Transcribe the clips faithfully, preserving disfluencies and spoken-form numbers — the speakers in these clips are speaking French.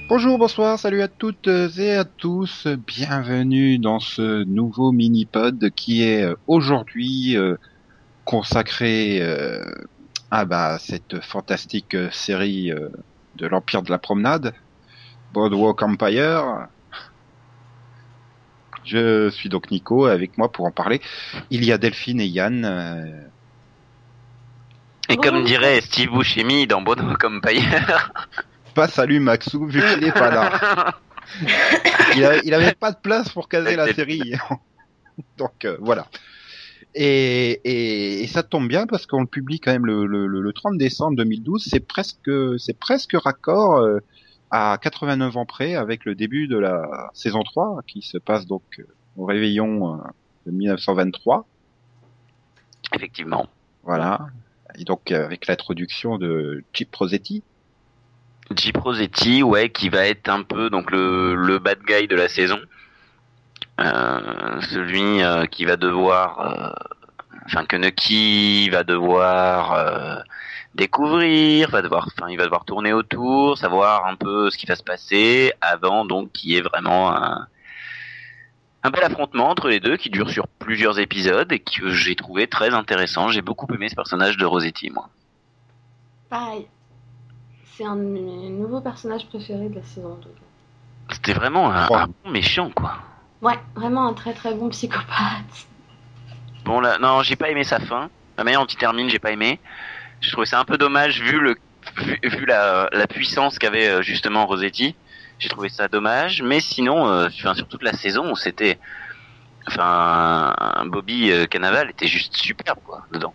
Bonjour, bonsoir, salut à toutes et à tous. Bienvenue dans ce nouveau mini-pod qui est euh, aujourd'hui euh, consacré euh, à bah, cette fantastique euh, série euh, de l'Empire de la Promenade, Boardwalk Empire. Je suis donc Nico, avec moi pour en parler, il y a Delphine et Yann. euh, Et Bonjour, comme Nico. dirait Steve Buscemi dans Boardwalk Empire. Pas salut Maxou, vu qu'il est pas là. Il, a, il avait pas de place pour caser la série. Donc euh, voilà. Et, et, et ça tombe bien parce qu'on le publie quand même le, le, le trente décembre deux mille douze. C'est presque, c'est presque raccord euh, à quatre-vingt-neuf ans près avec le début de la saison trois qui se passe donc euh, au réveillon euh, de mille neuf cent vingt-trois. Effectivement. Voilà. Et donc euh, avec l'introduction de Chip Rosetti. Chip Rosetti, ouais, qui va être un peu donc le, le bad guy de la saison. Euh, celui euh, qui va devoir, euh, enfin que Nucky va devoir euh, découvrir, va devoir, enfin il va devoir tourner autour, savoir un peu ce qui va se passer avant donc qu'il y ait vraiment un, un bel affrontement entre les deux qui dure sur plusieurs épisodes et que j'ai trouvé très intéressant. J'ai beaucoup aimé ce personnage de Rosetti, moi. Pareil. C'est un de mes nouveaux personnages préférés de la saison deux. C'était vraiment un, Oh. un bon méchant, quoi. Ouais, vraiment un très très bon psychopathe. Bon là, non, j'ai pas aimé sa fin. La manière dont il termine, j'ai pas aimé. Je trouvais ça un peu dommage vu le vu, vu la, la puissance qu'avait euh, justement Rosetti. J'ai trouvé ça dommage, mais sinon, euh, enfin, sur toute la saison, c'était, enfin, Bobby euh, Cannavale était juste superbe, quoi, dedans.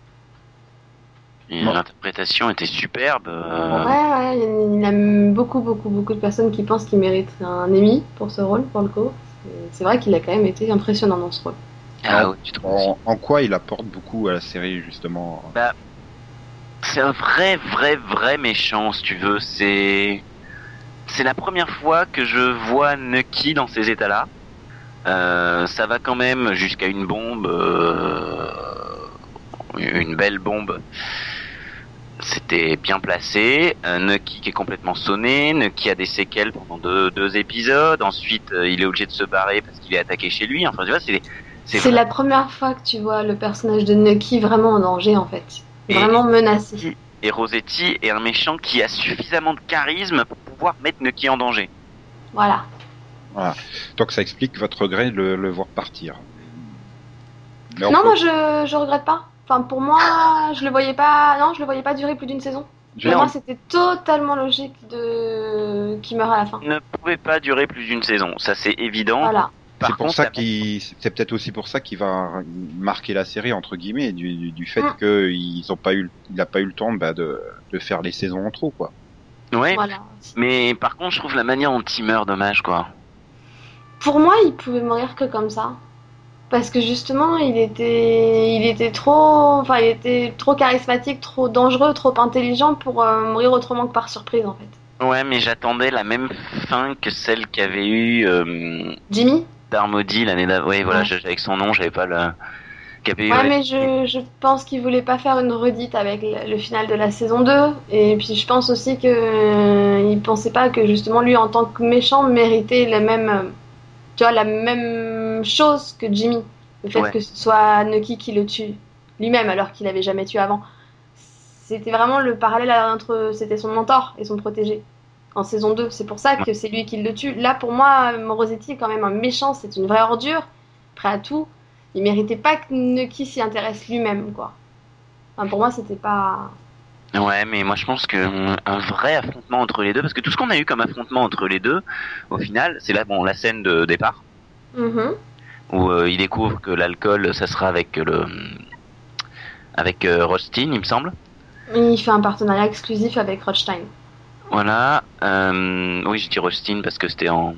Et Bon. l'interprétation était superbe. euh, Ouais, ouais, il y a beaucoup beaucoup beaucoup de personnes qui pensent qu'il mérite un Emmy pour ce rôle, pour le coup. C'est- C'est vrai qu'il a quand même été impressionnant dans ce rôle. Ah ouais, tu trouves aussi. En, en quoi il apporte beaucoup à la série justement? Bah, c'est un vrai, vrai, vrai méchant, si tu veux. C'est, c'est la première fois que je vois Nucky dans ces états-là. Euh, ça va quand même jusqu'à une bombe, euh, une belle bombe. C'était bien placé. Euh, Nucky qui est complètement sonné. Nucky a des séquelles pendant deux, deux épisodes. Ensuite, euh, il est obligé de se barrer parce qu'il est attaqué chez lui. Enfin, tu vois, c'est, c'est, C'est vrai. la première fois que tu vois le personnage de Nucky vraiment en danger en fait. Et- Vraiment menacé. Et Rosetti est un méchant qui a suffisamment de charisme pour pouvoir mettre Nucky en danger. Voilà. Voilà. Donc ça explique votre regret de le, le voir partir. Mais on Non, peut- moi je, je regrette pas. Enfin, pour moi, je le voyais pas. Non, je le voyais pas durer plus d'une saison. je- Pour moi, c'était totalement logique de qu'il meure à la fin. Ne pouvait pas durer plus d'une saison, ça c'est évident. Voilà. Par c'est pour contre, ça la- qu'il, c'est peut-être aussi pour ça qu'il va marquer la série entre guillemets du, du, du fait Mm. qu'ils ont pas eu, il a pas eu le temps bah, de, de faire les saisons en trop quoi. ouais, Voilà. mais par contre, je trouve la manière dont il meurt dommage, quoi. Pour moi, il pouvait mourir que comme ça. Parce que justement, il était, il était trop, enfin, il était trop charismatique, trop dangereux, trop intelligent pour euh, mourir autrement que par surprise, en fait. Ouais, mais j'attendais la même fin que celle qu'avait eu euh, Jimmy? Darmody l'année d'avant. Ouais, voilà, Ouais. je- avec son nom, j'avais pas le. Qu'avait eu Ouais, Ray- mais je, je pense qu'il voulait pas faire une redite avec le, le final de la saison deux. Et puis je pense aussi que euh, il pensait pas que justement lui, en tant que méchant, méritait la même, euh, tu vois, la même chose que Jimmy. Le fait Ouais. que ce soit Nucky qui le tue lui-même alors qu'il avait jamais tué avant. C'était vraiment le parallèle entre, c'était son mentor et son protégé en saison deux. C'est pour ça que c'est lui qui le tue. Là, pour moi, Morosetti est quand même un méchant. C'est une vraie ordure, prêt à tout. Il méritait pas que Nucky s'y intéresse lui-même, quoi. Enfin, pour moi, c'était pas. Ouais, mais moi je pense que euh, un vrai affrontement entre les deux, parce que tout ce qu'on a eu comme affrontement entre les deux, au final, c'est là, bon, la scène de départ Mhm. où euh, il découvre que l'alcool, ça sera avec le, avec euh, Rothstein, il me semble. Il fait un partenariat exclusif avec Rothstein. Voilà. Euh, oui, je dis Rothstein parce que c'était en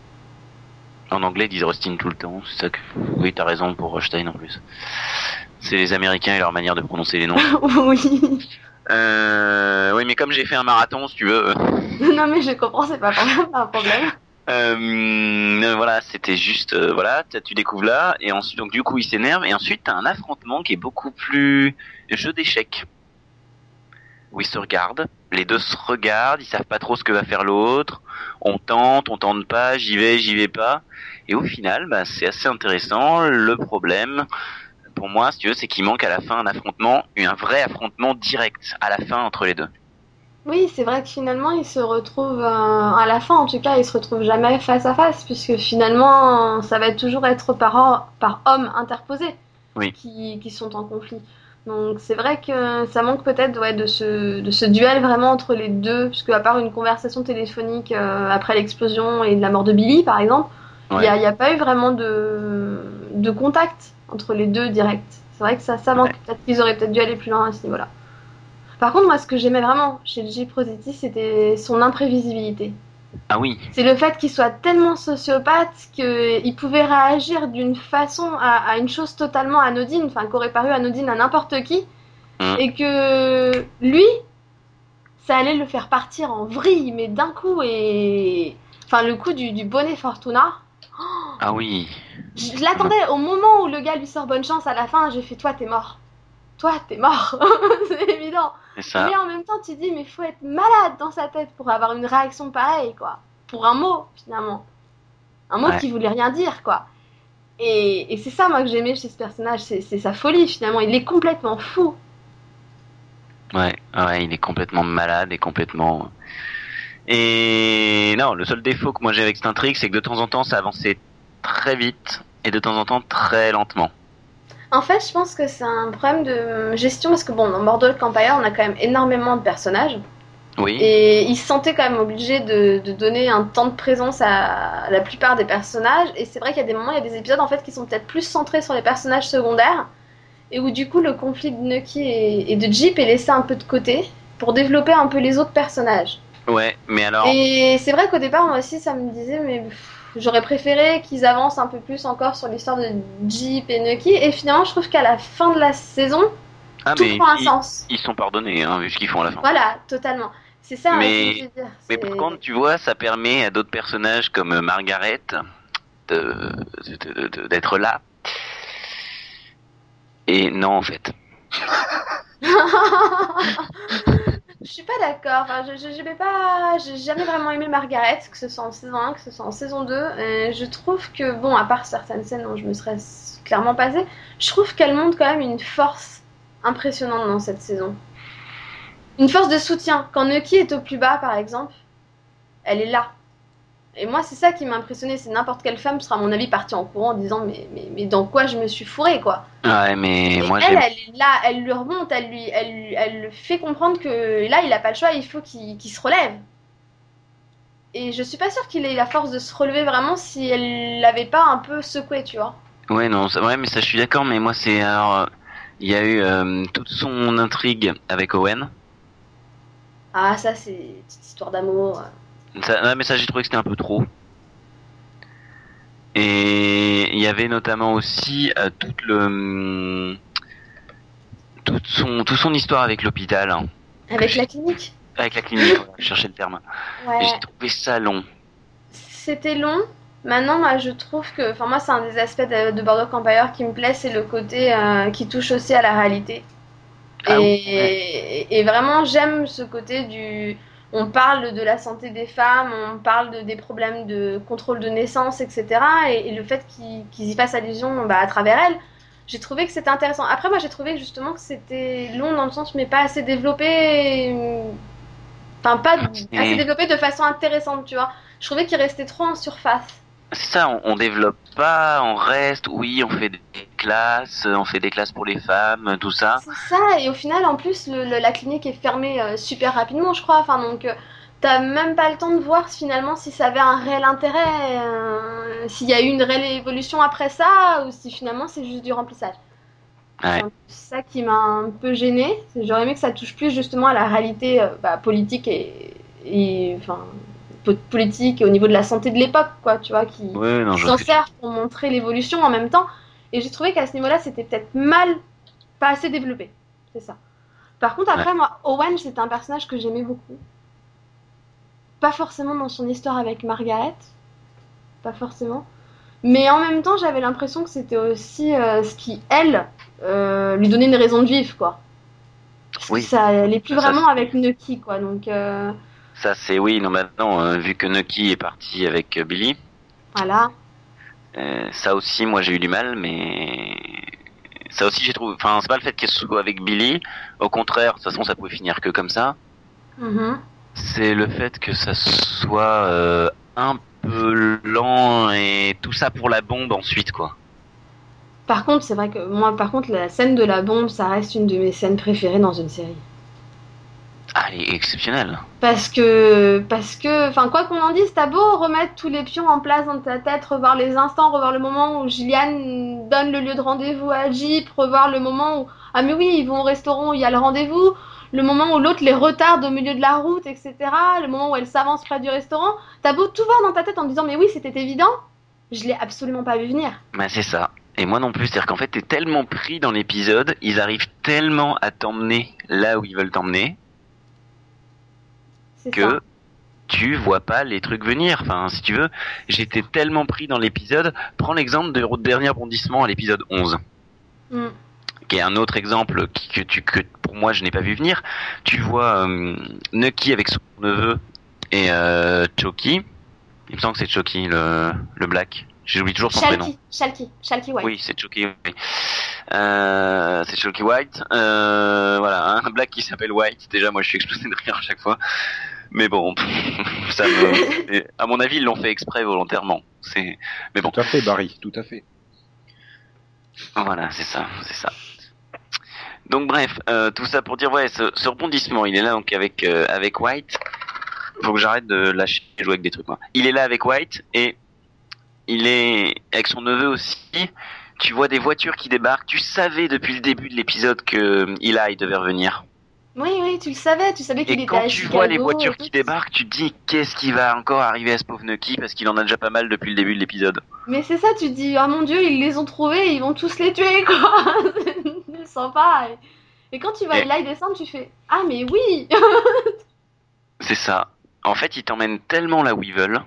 en anglais, ils disent Rothstein tout le temps. C'est ça que. Oui, t'as raison pour Rothstein en plus. C'est les Américains et leur manière de prononcer les noms. Oui. Euh, oui, mais comme j'ai fait un marathon, si tu veux. Non, mais je comprends, c'est pas vraiment un problème. Euh, voilà, c'était juste, euh, voilà, tu découvres là, et ensuite, donc du coup, il s'énerve, et ensuite, t'as un affrontement qui est beaucoup plus jeu d'échecs, où ils se regardent, Les deux se regardent, ils savent pas trop ce que va faire l'autre. On tente, on tente pas, j'y vais, j'y vais pas. Et au final, bah, c'est assez intéressant. Le problème, pour moi, si tu veux, c'est qu'il manque à la fin un affrontement, un vrai affrontement direct à la fin entre les deux. Oui, c'est vrai que finalement, ils se retrouvent, euh, à la fin en tout cas, ils se retrouvent jamais face à face, puisque finalement, ça va toujours être par, or- par hommes interposés Oui. qui, qui sont en conflit. Donc c'est vrai que ça manque peut-être ouais, de, ce, de ce duel vraiment entre les deux, puisque à part une conversation téléphonique euh, après l'explosion et de la mort de Billy, par exemple, il Ouais. n'y a, il y a pas eu vraiment de, de contact entre les deux direct. C'est vrai que ça, ça manque. Ouais. Peut-être qu'ils auraient peut-être dû aller plus loin à ce niveau-là. Par contre, moi, ce que j'aimais vraiment chez Jeep Rossetti, c'était son imprévisibilité. Ah oui. C'est le fait qu'il soit tellement sociopathe qu'il pouvait réagir d'une façon à, à une chose totalement anodine, enfin, qui aurait paru anodine à n'importe qui, Mmh. et que lui, ça allait le faire partir en vrille, mais d'un coup, et... Enfin, le coup du, du bonnet Fortuna, Ah oui. je, je l'attendais au moment où le gars lui sort bonne chance à la fin, j'ai fait, toi, t'es mort. Toi, t'es mort. C'est évident. C'est ça. Mais en même temps, tu dis, mais faut être malade dans sa tête pour avoir une réaction pareille, quoi. Pour un mot, finalement. Un mot Ouais. qui voulait rien dire, quoi. Et, et c'est ça, moi, que j'aimais chez ce personnage. C'est, c'est sa folie, finalement. Il est complètement fou. Ouais, ouais, il est complètement malade et complètement. Et non, le seul défaut que moi j'ai avec cette intrigue, c'est que de temps en temps, ça avançait très vite et de temps en temps très lentement. En fait, je pense que c'est un problème de gestion, parce que, bon, dans Boardwalk Empire, on a quand même énormément de personnages. Oui. Et ils se sentaient quand même obligés de, de donner un temps de présence à la plupart des personnages. Et c'est vrai qu'il y a des moments, il y a des épisodes en fait qui sont peut-être plus centrés sur les personnages secondaires. Et où du coup le conflit de Nucky et, et de Jeep est laissé un peu de côté pour développer un peu les autres personnages. Ouais, mais alors. Et c'est vrai qu'au départ, moi aussi, ça me disait, mais pff, j'aurais préféré qu'ils avancent un peu plus encore sur l'histoire de Jeep et Nucky. Et finalement, je trouve qu'à la fin de la saison, Ah, tout mais prend un ils, sens. ils sont pardonnés, hein, vu ce qu'ils font à la fin. Voilà, totalement. C'est ça Mais- aussi que je veux dire. Mais C'est- par contre, tu vois, ça permet à d'autres personnages comme Margaret de, de- de- de- d'être là. Et non, en fait. Je suis pas d'accord. Enfin, je, je, je vais pas. J'ai jamais vraiment aimé Margaret, que ce soit en saison un, que ce soit en saison deux. Et je trouve que, bon, à part certaines scènes dont je me serais clairement passée, je trouve qu'elle montre quand même une force impressionnante dans cette saison. Une force de soutien. Quand Nucky est au plus bas, par exemple, elle est là. Et moi, c'est ça qui m'a impressionné. C'est n'importe quelle femme sera, à mon avis, partie en courant en disant mais, mais, mais dans quoi je me suis fourrée, quoi. Ouais, mais Et moi elle, j'aime. elle est là, elle lui remonte, elle lui, elle, lui- elle lui fait comprendre que là, il a pas le choix, il faut qu'il qu'il se relève. Et je suis pas sûre qu'il ait la force de se relever vraiment si elle l'avait pas un peu secoué, tu vois. Ouais, non, ça, ouais, mais ça je suis d'accord, mais moi c'est. Alors, euh, il y a eu euh, toute son intrigue avec Owen. Ah, ça, c'est une petite histoire d'amour. Ça, ouais, mais ça j'ai trouvé que c'était un peu trop. Et il y avait notamment aussi euh, toute le. hum, toute son, toute son histoire avec l'hôpital, hein. Avec la clinique. Avec la clinique, voilà, je cherchais le terme. Et Ouais. j'ai trouvé ça long. C'était long. Maintenant, moi, je trouve que. Enfin, moi, c'est un des aspects de, de Boardwalk Empire qui me plaît, c'est le côté euh, qui touche aussi à la réalité. Ah et, oui, ouais. et vraiment, j'aime ce côté du. On parle de la santé des femmes, on parle de, des problèmes de contrôle de naissance, et cetera. Et, et le fait qu'ils qu'ils y fassent allusion bah, à travers elle, j'ai trouvé que c'était intéressant. Après, moi, j'ai trouvé justement que c'était long dans le sens, mais pas assez développé. Enfin, pas Et- assez développé de façon intéressante, tu vois. Je trouvais qu'il restait trop en surface. C'est ça, on, on développe pas, on reste, oui, on fait des classes, on fait des classes pour les femmes, tout ça. C'est ça, et au final, en plus, le, le- la clinique est fermée euh, super rapidement, je crois. Enfin, donc, euh, t'as même pas le temps de voir finalement si ça avait un réel intérêt, euh, s'il y a eu une réelle évolution après ça, ou si finalement c'est juste du remplissage. Ouais. C'est un peu ça qui m'a un peu gênée. J'aurais aimé que ça touche plus justement à la réalité euh, bah, politique et, et enfin po- politique et au niveau de la santé de l'époque, quoi, tu vois, qui, Ouais, non, qui je s'en vois ce que tu- sert pour montrer l'évolution en même temps. Et j'ai trouvé qu'à ce niveau-là, c'était peut-être mal, pas assez développé. C'est ça. Par contre, après, moi, Owen, c'était un personnage que j'aimais beaucoup. Pas forcément dans son histoire avec Margaret, pas forcément. Mais en même temps, j'avais l'impression que c'était aussi euh, ce qui, elle, euh, lui donnait une raison de vivre, quoi. Parce Oui. Ça, elle est plus Ça, vraiment c'est- avec Nucky, quoi. Donc, euh, Ça c'est oui, non maintenant euh, vu que Nucky est parti avec euh, Billy, voilà. euh, ça aussi moi j'ai eu du mal, mais ça aussi j'ai trouvé. Enfin c'est pas le fait qu'elle soit avec Billy, au contraire, de toute façon ça pouvait finir que comme ça. Mhm. C'est le fait que ça soit euh, un peu lent et tout ça pour la bombe ensuite quoi. Par contre, c'est vrai que moi, par contre, la scène de la bombe, ça reste une de mes scènes préférées dans une série. Ah, elle est exceptionnelle. Parce que, parce que, enfin, quoi qu'on en dise, t'as beau remettre tous les pions en place dans ta tête, revoir les instants, revoir le moment où Gillian donne le lieu de rendez-vous à Jeep, revoir le moment où, ah mais oui, ils vont au restaurant où il y a le rendez-vous, le moment où l'autre les retarde au milieu de la route, et cetera, le moment où elle s'avance près du restaurant, t'as beau tout voir dans ta tête en te disant, mais oui, c'était évident, je l'ai absolument pas vu venir. Bah c'est ça. Et moi non plus, c'est-à-dire qu'en fait t'es tellement pris dans l'épisode, ils arrivent tellement à t'emmener là où ils veulent t'emmener C'est que ça. tu vois pas les trucs venir. Enfin, si tu veux, j'étais tellement pris dans l'épisode. Prends l'exemple de dernier rebondissement à l'épisode onze, Mm. qui est un autre exemple qui, que tu que pour moi je n'ai pas vu venir. Tu vois euh, Nucky avec son neveu et euh, Chucky. Il me semble que c'est Chucky le le black. J'oublie toujours son prénom. Shalky, Shalky, Shalky White. Oui, c'est Chucky. Oui. Euh, c'est Chucky White. Euh, voilà, un black qui s'appelle White. Déjà, moi, je suis explosé de rire à chaque fois. Mais bon, ça me. et à mon avis, ils l'ont fait exprès volontairement. C'est. Mais bon, Tout à fait, Barry, tout à fait. voilà, c'est ça, c'est ça. Donc bref, euh, tout ça pour dire ouais, ce, ce rebondissement, il est là donc avec euh, avec White. Faut que j'arrête de lâcher et jouer avec des trucs. Moi. Il est là avec White et il est avec son neveu aussi. Tu vois des voitures qui débarquent. Tu savais depuis le début de l'épisode que Eli devait revenir. Oui, oui, tu le savais, tu savais qu'il Et était quand à tu Chicago. vois les voitures et tout. qui débarquent, tu te dis qu'est-ce qui va encore arriver à ce pauvre Nucky parce qu'il en a déjà pas mal depuis le début de l'épisode. Mais c'est ça, tu te dis, oh mon dieu, ils les ont trouvés, ils vont tous les tuer, quoi. C'est sympa. Et, et quand tu vois Et- Eli descendre, tu fais, ah mais oui. C'est ça. En fait, ils t'emmènent tellement là où ils veulent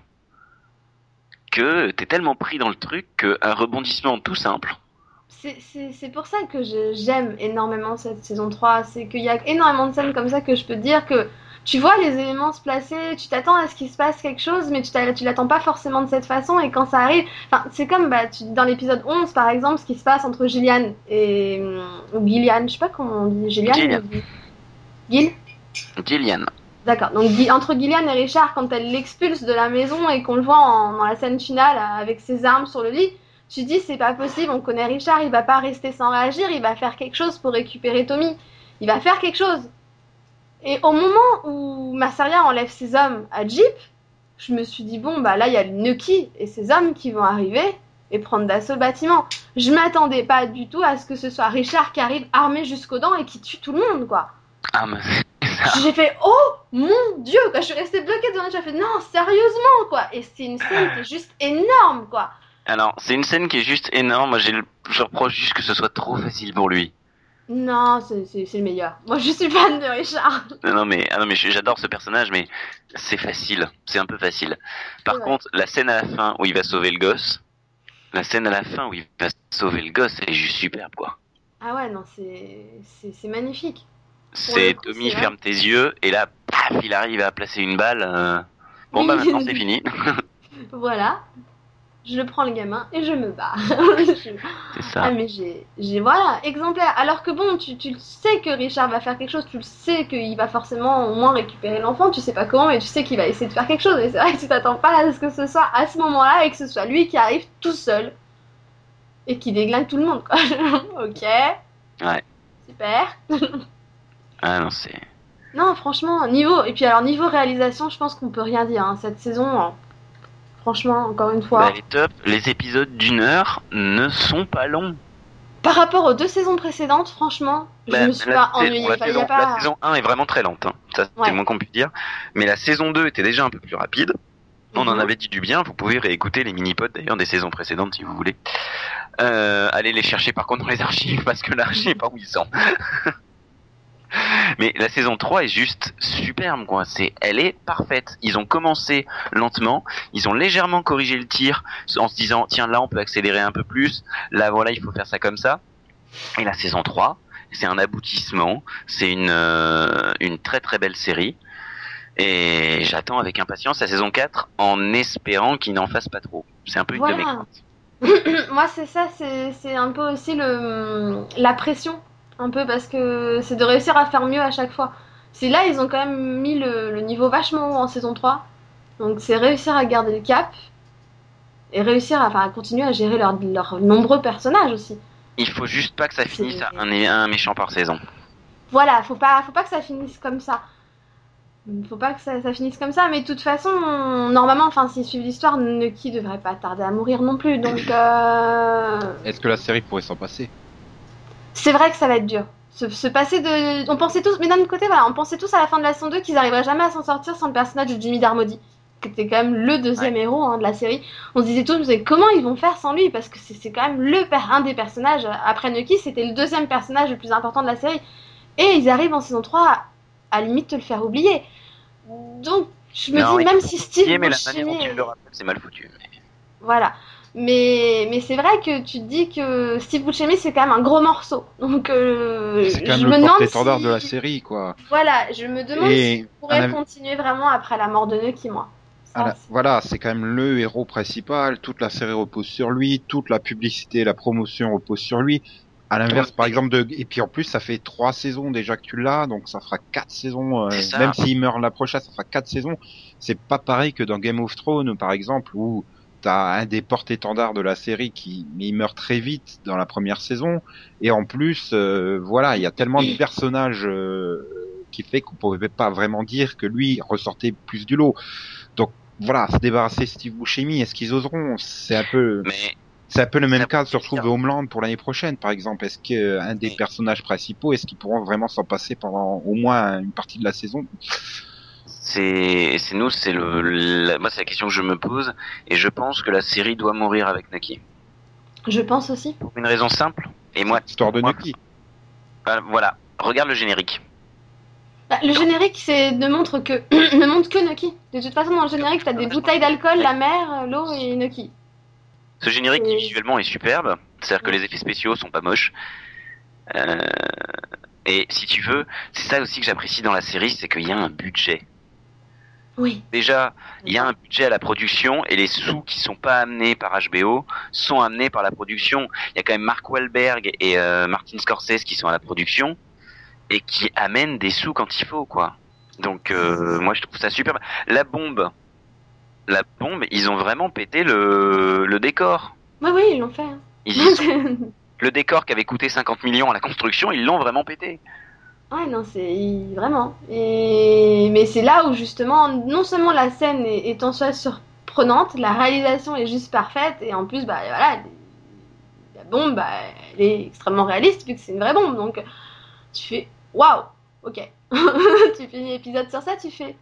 que t'es tellement pris dans le truc qu'un rebondissement tout simple. C'est- C'est c'est pour ça que je- j'aime énormément cette saison trois. C'est qu'il y a énormément de scènes comme ça que je peux te dire que tu vois les éléments se placer, tu t'attends à ce qu'il se passe quelque chose, mais tu t'a- tu l'attends pas forcément de cette façon. Et quand ça arrive, enfin, c'est comme bah, tu- dans l'épisode onze par exemple, ce qui se passe entre Gillian et. Ou Gillian, je sais pas comment on dit. Gillian Gillian. ou Gil Gil Gillian. D'accord. Donc Gui- entre Gillian et Richard, quand elle l'expulse de la maison et qu'on le voit en- dans la scène finale euh, avec ses armes sur le lit, tu te dis c'est pas possible, on connaît Richard, il va pas rester sans réagir, il va faire quelque chose pour récupérer Tommy. Il va faire quelque chose. Et au moment où Massaria enlève ses hommes à Jeep, je me suis dit bon bah là il y a Nucky et ses hommes qui vont arriver et prendre d'assaut le bâtiment. Je m'attendais pas du tout à ce que ce soit Richard qui arrive armé jusqu'aux dents et qui tue tout le monde quoi. Ah, mais c'est ça. J'ai fait oh mon dieu quoi, je suis restée bloquée devant, j'ai fait non sérieusement quoi, et c'est une scène qui est juste énorme quoi. Alors, c'est une scène qui est juste énorme. Moi, j'ai le... je reproche juste que ce soit trop facile pour lui. Non, c'est, c'est, c'est le meilleur. Moi je suis fan de Richard. Non, non, mais, ah non, mais j'adore ce personnage, mais c'est facile. C'est un peu facile. Par Ouais. contre, la scène à la fin où il va sauver le gosse, la scène à la fin où il va sauver le gosse, elle est juste superbe, quoi. Ah ouais non c'est, c'est, c'est magnifique. C'est coup, Tommy, c'est ferme tes yeux, et là, paf, il arrive à placer une balle. euh, Bon, bah maintenant, c'est fini. Voilà, je prends le gamin et je me barre. Je- C'est Ah ça. mais j'ai, j'ai voilà, exemplaire. Alors que bon, tu, tu le sais que Richard va faire quelque chose, tu le sais qu'il va forcément au moins récupérer l'enfant, tu sais pas comment, mais tu sais qu'il va essayer de faire quelque chose. Et c'est vrai que tu t'attends pas à ce que ce soit à ce moment-là et que ce soit lui qui arrive tout seul et qui déglingue tout le monde quoi. Ok. Ouais. Super. Ah non, c'est... Non, franchement, niveau et puis alors niveau réalisation, je pense qu'on peut rien dire. Hein. Cette saison, hein, franchement, encore une fois, Bah, elle est top. Les épisodes d'une heure ne sont pas longs. par rapport aux deux saisons précédentes, franchement, je Bah, me suis la, pas sa- ennuyée. la Enfin, y saison, a pas... la saison un est vraiment très lente, hein. Ça c'est Ouais. le moins qu'on puisse dire. Mais la saison deux était déjà un peu plus rapide. On en Mhm. avait dit du bien. Vous pouvez réécouter les mini-pods d'ailleurs des saisons précédentes si vous voulez. Euh, allez les chercher par contre dans les archives parce que là je sais pas où ils sont. Mais la saison trois est juste superbe quoi. C'est, elle est parfaite. Ils ont commencé lentement, ils ont légèrement corrigé le tir en se disant tiens là on peut accélérer un peu plus. Là voilà il faut faire ça comme ça. Et la saison trois, c'est un aboutissement, c'est une euh, une très très belle série. Et j'attends avec impatience la saison quatre en espérant qu'il n'en fasse pas trop. C'est un peu une Voilà. de mes craintes. Moi, c'est ça, c'est, c'est un peu aussi le, la pression, un peu, parce que c'est de réussir à faire mieux à chaque fois. C'est là, ils ont quand même mis le, le niveau vachement haut en saison trois. Donc, c'est réussir à garder le cap et réussir à, enfin, à continuer à gérer leurs leurs nombreux personnages aussi. Il faut juste pas que ça finisse à un, un méchant par saison. Voilà, faut pas, faut pas que ça finisse comme ça. Faut pas que ça, ça finisse comme ça, mais de toute façon, normalement, enfin, s'ils suivent l'histoire, Nucky devrait pas tarder à mourir non plus, donc euh... Est-ce que la série pourrait s'en passer? C'est vrai que ça va être dur. Se, se passer de... On pensait tous, mais d'un autre côté, voilà, on pensait tous à la fin de la saison deux qu'ils arriveraient jamais à s'en sortir sans le personnage de Jimmy Darmody, qui était quand même le deuxième ouais. héros hein, de la série. On se disait tous, mais comment ils vont faire sans lui? Parce que c'est, c'est quand même le per... un des personnages, après Nucky, c'était le deuxième personnage le plus important de la série. Et ils arrivent en saison trois à, à limite te le faire oublier. Donc, je me non, dis, même si Steve mais Buscemi... la manière dont tu le rappelles, c'est mal foutu. Mais... Voilà. Mais, mais c'est vrai que tu te dis que Steve Buscemi, c'est quand même un gros morceau. Donc, euh, c'est quand je même me le demande porte-étendard si... de la série, quoi. Voilà, je me demande Et s'il pourrait av... continuer vraiment après la mort de Nucky, moi. Ça, la... c'est... Voilà, c'est quand même le héros principal. Toute la série repose sur lui. Toute la publicité, la promotion repose sur lui. À l'inverse, par exemple, de et puis en plus, ça fait trois saisons déjà que tu l'as, donc ça fera quatre saisons. Euh, même s'il meurt la prochaine, ça fera quatre saisons. C'est pas pareil que dans Game of Thrones, par exemple, où t'as un des porte-étendards de la série qui, mais il meurt très vite dans la première saison. Et en plus, euh, voilà, il y a tellement de personnages euh, qui fait qu'on pouvait pas vraiment dire que lui ressortait plus du lot. Donc voilà, se débarrasser Steve Buscemi, est-ce qu'ils oseront? C'est un peu. Mais... C'est un peu le même cas se retrouve de Homeland pour l'année prochaine, par exemple. Est-ce que un des personnages principaux, est-ce qu'ils pourront vraiment s'en passer pendant au moins une partie de la saison? C'est, c'est nous, c'est le, la... moi c'est la question que je me pose, et je pense que la série doit mourir avec Nucky. Je pense aussi. Pour une raison simple. Et moi, histoire de moi, Nucky. Euh, voilà, regarde le générique. Bah, le générique, c'est ne montre que ne montre que Nucky. De toute façon, dans le générique, t'as des bouteilles d'alcool, la mer, l'eau et Nucky. Ce générique et... visuellement est superbe, c'est-à-dire que les effets spéciaux sont pas moches. Euh... Et si tu veux, c'est ça aussi que j'apprécie dans la série, c'est qu'il y a un budget. Oui. Déjà, il y a un budget à la production et les sous qui sont pas amenés par H B O sont amenés par la production. Il y a quand même Mark Wahlberg et euh, Martin Scorsese qui sont à la production et qui amènent des sous quand il faut, quoi. Donc euh, moi je trouve ça superbe. La bombe. La bombe, ils ont vraiment pété le, le décor. Oui, oui, ils l'ont fait. Hein. Ils y sont... Le décor qui avait coûté cinquante millions à la construction, ils l'ont vraiment pété. Ouais, non, c'est vraiment. Et... Mais c'est là où justement, non seulement la scène est, est en soi surprenante, la réalisation est juste parfaite, et en plus, bah voilà, la bombe, bah, elle est extrêmement réaliste vu que c'est une vraie bombe. Donc tu fais waouh, ok. Tu finis l'épisode sur ça, tu fais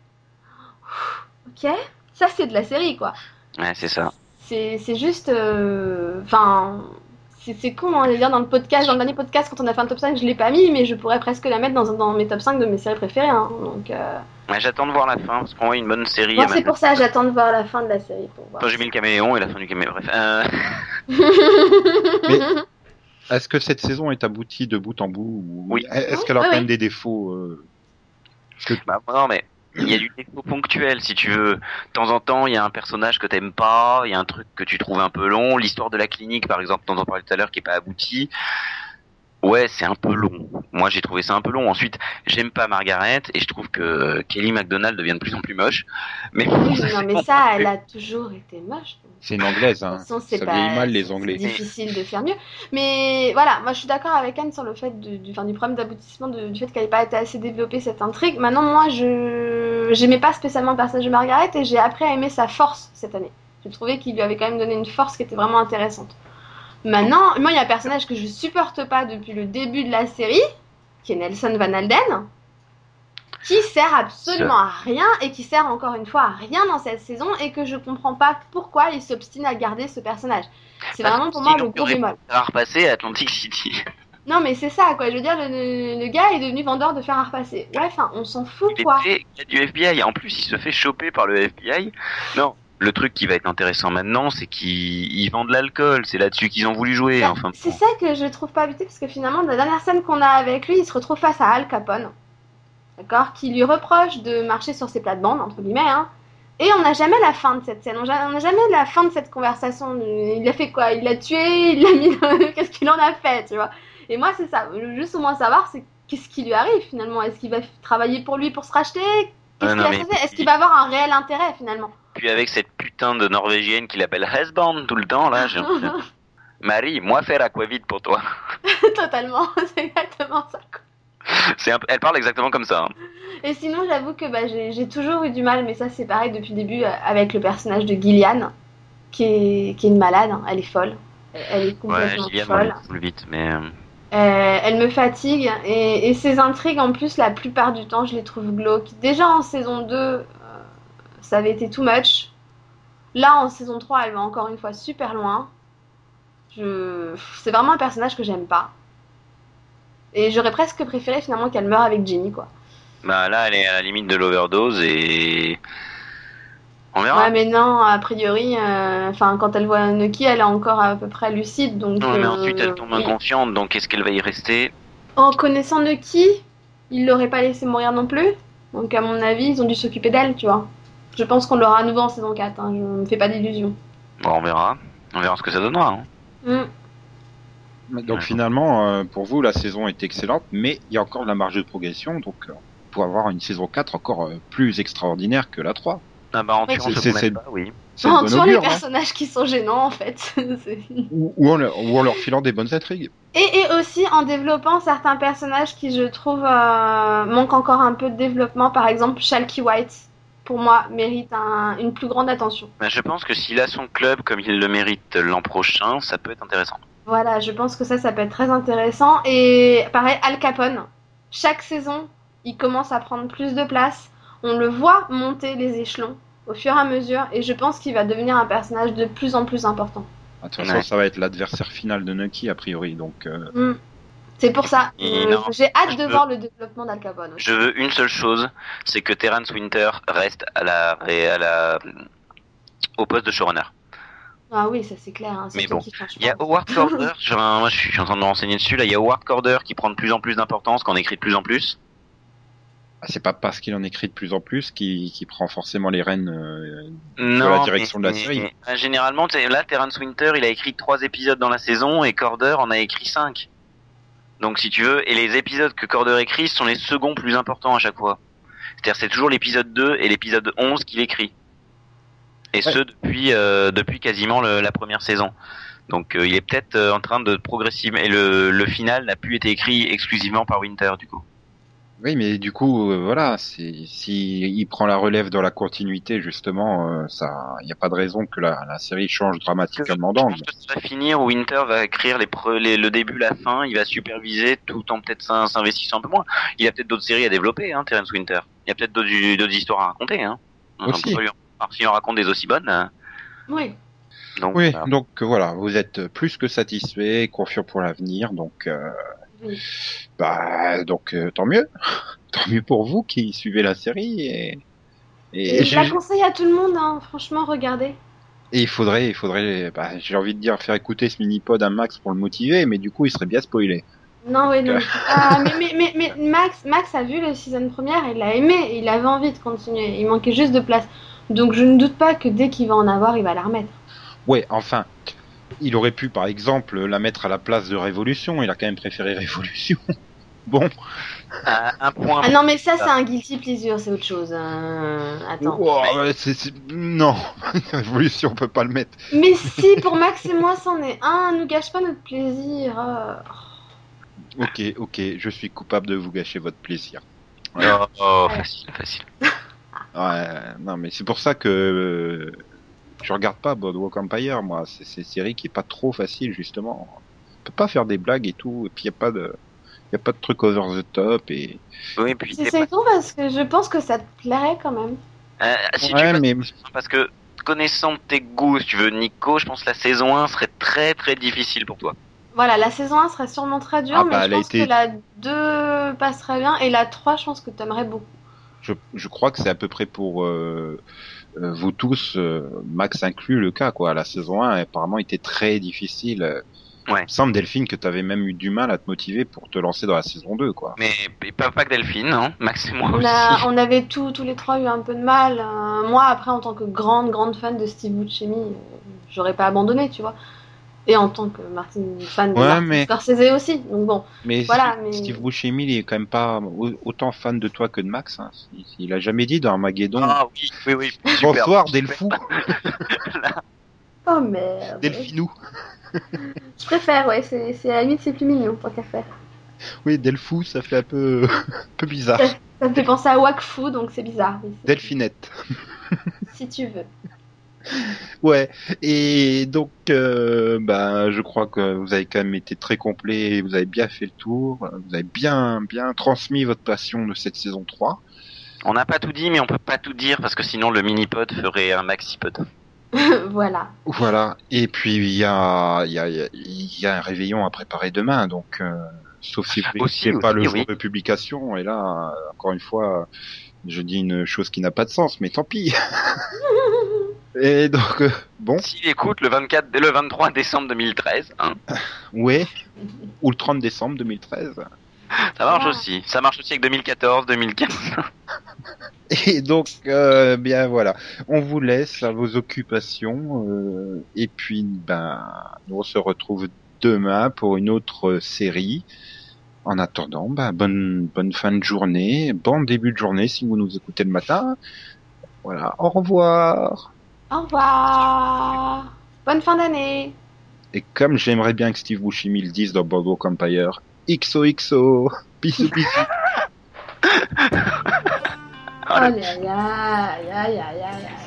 ok. Ça, c'est de la série, quoi. Ouais, c'est ça. C'est, c'est juste... Enfin... Euh, c'est, c'est con, hein, de dire dans le podcast, dans le dernier podcast, quand on a fait un top cinq, je l'ai pas mis, mais je pourrais presque la mettre dans, dans mes top cinq de mes séries préférées. Hein, donc, euh... ouais, j'attends de voir la fin, parce qu'on voit une bonne série. Bon, c'est pour ça, j'attends de voir la fin de la série. Pour voir. Quand j'ai mis le caméléon et la fin du caméléon, bref. Euh... mais est-ce que cette saison est aboutie de bout en bout ou... Oui. Est-ce oui, qu'elle a oui, quand oui. même des défauts euh... que... Bah non, mais... il y a du défaut ponctuel, si tu veux. De temps en temps, il y a un personnage que t'aimes pas, il y a un truc que tu trouves un peu long. L'histoire de la clinique, par exemple, dont on parlait tout à l'heure, qui est pas aboutie. Ouais, c'est un peu long. Moi, j'ai trouvé ça un peu long. Ensuite, j'aime pas Margaret et je trouve que Kelly MacDonald devient de plus en plus moche. Mais oui, non, mais ça, elle a toujours été moche. Donc. C'est une anglaise, hein. Façon, c'est ça pas... vieillit mal les Anglais. C'est difficile de faire mieux. Mais voilà, moi je suis d'accord avec Anne sur le fait de, du, enfin, du problème d'aboutissement, de, du fait qu'elle n'ait pas été assez développée cette intrigue. Maintenant, moi, je j'aimais pas spécialement le personnage de Margaret et j'ai appris à aimer sa force cette année. J'ai trouvé qu'il lui avait quand même donné une force qui était vraiment intéressante. Maintenant, moi, il y a un personnage que je supporte pas depuis le début de la série, qui est Nelson Van Alden, qui sert absolument à rien et qui sert encore une fois à rien dans cette saison et que je comprends pas pourquoi il s'obstine à garder ce personnage. C'est vraiment pour moi le gros bémol. À repasser à Atlantic City. Non mais c'est ça quoi, je veux dire le, le gars est devenu vendeur de fer à repasser. Ouais, enfin on s'en fout il quoi. Il y a du F B I, en plus il se fait choper par le F B I. Non, le truc qui va être intéressant maintenant, c'est qu'ils ils vendent de l'alcool. C'est là-dessus qu'ils ont voulu jouer. Bah, Enfin, c'est ça que je trouve pas habité, parce que finalement, la dernière scène qu'on a avec lui, il se retrouve face à Al Capone, d'accord, qui lui reproche de marcher sur ses plates-bandes, entre guillemets, hein. Et on n'a jamais la fin de cette scène, on n'a jamais la fin de cette conversation. Il a fait quoi? Il l'a tué, il l'a mis dans... Qu'est-ce qu'il en a fait, tu vois? Et moi, c'est ça. Juste au moins savoir, c'est qu'est-ce qui lui arrive, finalement. Est-ce qu'il va travailler pour lui pour se racheter? Qu'est-ce Ah, qu'il non, va mais- faire? Est-ce qu'il va avoir un réel intérêt, finalement? Puis avec cette putain de Norvégienne qui l'appelle Hesband tout le temps, là, j'ai l'impression. Marie, moi faire aquavite pour toi. Totalement, c'est exactement ça, quoi. C'est un... Elle parle exactement comme ça. hein. Et sinon, j'avoue que bah, j'ai j'ai toujours eu du mal, mais ça c'est pareil depuis le début, euh, avec le personnage de Gillian, qui est, qui est une malade, hein. Elle est folle. Elle elle est Ouais, complètement Gillian, moi, folle. je le vite, mais... euh, Euh, elle me fatigue, et, et ses intrigues, en plus, la plupart du temps, je les trouve glauques. Déjà en saison deux, euh, ça avait été too much. Là, en saison trois, elle va encore une fois super loin. Je... C'est vraiment un personnage que j'aime pas. Et j'aurais presque préféré finalement qu'elle meure avec Jenny, quoi. Bah là, elle est à la limite de l'overdose et... On verra. Ouais, mais non, a priori, euh, enfin, quand elle voit Nucky, elle est encore à peu près lucide, donc. Non, mais euh, ensuite, elle tombe il- inconsciente, donc est-ce qu'elle va y rester? En connaissant Nucky, ils l'auraient pas laissé mourir non plus. Donc, à mon avis, ils ont dû s'occuper d'elle, tu vois. Je pense qu'on l'aura à nouveau en saison quatre, hein, je me fais pas d'illusions. Bon, on verra. On verra ce que ça donnera. hein. Mm. Mais Donc Ouais. finalement, euh, pour vous, la saison est excellente, mais il y a encore de la marge de progression, donc euh, pour avoir une saison quatre encore euh, plus extraordinaire que la trois. Ah bah, en Ouais, tuant c'est- ce c'est- qu'on c'est- aime pas, oui. C'est de En bon tuant les augure, hein. personnages qui sont gênants, en fait. C'est- ou, ou en leur, ou en leur filant des bonnes intrigues. Et, et aussi en développant certains personnages qui, je trouve, euh, manquent encore un peu de développement. Par exemple, Shalky White, pour moi, mérite un- une plus grande attention. Bah, je pense que s'il a son club comme il le mérite l'an prochain, ça peut être intéressant. Voilà, je pense que ça, ça peut être très intéressant. Et pareil, Al Capone, chaque saison, il commence à prendre plus de place. On le voit monter les échelons au fur et à mesure. Et je pense qu'il va devenir un personnage de plus en plus important. De toute façon, Ouais. ça va être l'adversaire final de Nucky, a priori, donc... euh, Mm. C'est pour ça. Et euh, non, J'ai hâte de je- voir le développement d'Al Capone aussi. Je veux une seule chose, c'est que Terrence Winter reste à la, à la, au poste de showrunner. Ah oui, ça c'est clair. Hein, c'est Mais toi bon, qui tranche Il y a pas. Howard Corder, je, moi je suis en train de me renseigner dessus, là, il y a Howard Corder qui prend de plus en plus d'importance, qu'on écrit de plus en plus. ah, c'est pas parce qu'il en écrit de plus en plus qu'il qu'il prend forcément les rênes euh, Non, la direction mais- de la série. mais, euh, généralement, tu sais, là, Terrence Winter, il a écrit trois épisodes dans la saison et Corder en a écrit cinq. Donc, si tu veux, et les épisodes que Corder écrit sont les seconds plus importants à chaque fois. C'est-à-dire, c'est toujours l'épisode deux et l'épisode onze qu'il écrit. Et ce, depuis, euh, depuis quasiment le- la première saison. Donc, euh, il est peut-être euh, en train de progressivement, et le, le final n'a plus été écrit exclusivement par Winter, du coup. Oui, mais du coup, euh, voilà, c'est si il prend la relève dans la continuité, justement, euh, ça, il n'y a pas de raison que la, la série change dramatiquement Je d'angle. pense que ça va finir où Winter va écrire les, pre- les- le début, la fin, il va superviser tout en peut-être s'in- s'investissant un peu moins. Il a peut-être d'autres séries à développer, hein, Terrence Winter. Il y a peut-être d'autres, d'autres histoires à raconter, hein. On Aussi. peut pas lui en- alors, s'il en raconte des aussi bonnes, euh, Oui. donc, Oui, voilà. donc euh, voilà, vous êtes plus que satisfait, confiant pour l'avenir, donc euh, Oui. bah donc euh, tant mieux, tant mieux pour vous qui suivez la série et et, Et je la j'ai- conseille à tout le monde, hein. Franchement, regardez. et il faudrait, il faudrait, bah, j'ai envie de dire faire écouter ce mini-pod à Max pour le motiver, mais du coup il serait bien spoilé. Non, oui, non. Ah, mais, mais, mais, mais Max, Max a vu le season première, il l'a aimé, et il avait envie de continuer. Il manquait juste de place. Donc je ne doute pas que dès qu'il va en avoir, il va la remettre. Ouais, enfin, il aurait pu par exemple la mettre à la place de Révolution, il a quand même préféré Révolution. Bon, Euh, un point. Ah non, mais ça, c'est un guilty pleasure, c'est autre chose. Euh, Attends. oh, ouais, c'est, c'est- non, Révolution on peut pas le mettre. Mais si, pour Max et moi, c'en est un. Ne gâche pas notre plaisir. Euh, Ok, ok, je suis coupable de vous gâcher votre plaisir. Oh, oh, facile, facile. Ouais, non, mais c'est pour ça que euh, je regarde pas Boardwalk Empire, moi. C'est c'est une série qui est pas trop facile, justement. On peut pas faire des blagues et tout, et puis y a pas de, y a pas de truc over the top et. Oui, puis C'est t'es c'est pas... con parce que je pense que ça te plairait quand même. Euh, si Ouais, tu mais parce que connaissant tes goûts, si tu veux, Nico, je pense que la saison un serait très très difficile pour toi. Voilà, la saison un serait sûrement très dure, Ah mais bah, je elle a pense été- que la deux passerait bien, et la trois, je pense que t'aimerais beaucoup. je, je crois que c'est à peu près pour euh, euh, vous tous, euh, Max inclus, le cas quoi. La saison un apparemment était très difficile. Ouais. Il me semble, Delphine, que t'avais même eu du mal à te motiver pour te lancer dans la saison deux, quoi. Mais pas, pas que Delphine, non. Max et moi On, aussi. a, on avait tous, tous les trois eu un peu de mal. Euh, moi, après, en tant que grande, grande fan de Steve Buscemi, euh, j'aurais pas abandonné, tu vois. Et en tant que Martin, fan de Ouais, Martin mais- Scorsese aussi. Donc bon, Mais, voilà. Steve, Mais... Steve Buscemi, il est quand même pas au- autant fan de toi que de Max. Hein. Il, il a jamais dit dans Armageddon. Ah oui, oui, oui. Bonsoir, super. Delfou. Oh merde. Delphinou. Je préfère, ouais. C'est, c'est à la limite, c'est plus mignon, tant qu'à faire. Oui, Delfou, ça fait un peu, un peu bizarre. Ça, ça me fait penser à Wakfu, donc c'est bizarre. Oui, c'est- Delphinette. Si tu veux. Ouais. Et donc, euh, bah, je crois que vous avez quand même été très complet. Vous avez bien fait le tour. Vous avez bien, bien transmis votre passion de cette saison trois. On n'a pas tout dit, mais on peut pas tout dire parce que sinon le mini-pod ferait un maxi-pod. Voilà. Voilà. Et puis il y a, il y a, il y a un réveillon à préparer demain, donc euh, sauf si vous Aussi, n'écoutez pas aussi, le jour oui. de publication. Et là, encore une fois, je dis une chose qui n'a pas de sens, mais tant pis. Et donc euh, bon, S'il écoute le vingt-quatre, dès le vingt-trois décembre deux mille treize, hein, ouais, ou le trente décembre deux mille treize. ça marche Ah. aussi. Ça marche aussi avec deux mille quatorze, deux mille quinze. Et donc, euh, bien voilà, on vous laisse à vos occupations. Euh, et puis, ben, nous on se retrouve demain pour une autre série. En attendant, ben, bonne bonne fin de journée, bon début de journée si vous nous écoutez le matin. Voilà, au revoir. Au revoir. Bonne fin d'année. Et comme j'aimerais bien que Steve Buscemi le dise dans Boardwalk Empire, X O X O, bisous bisous. Oh là là, là là là là.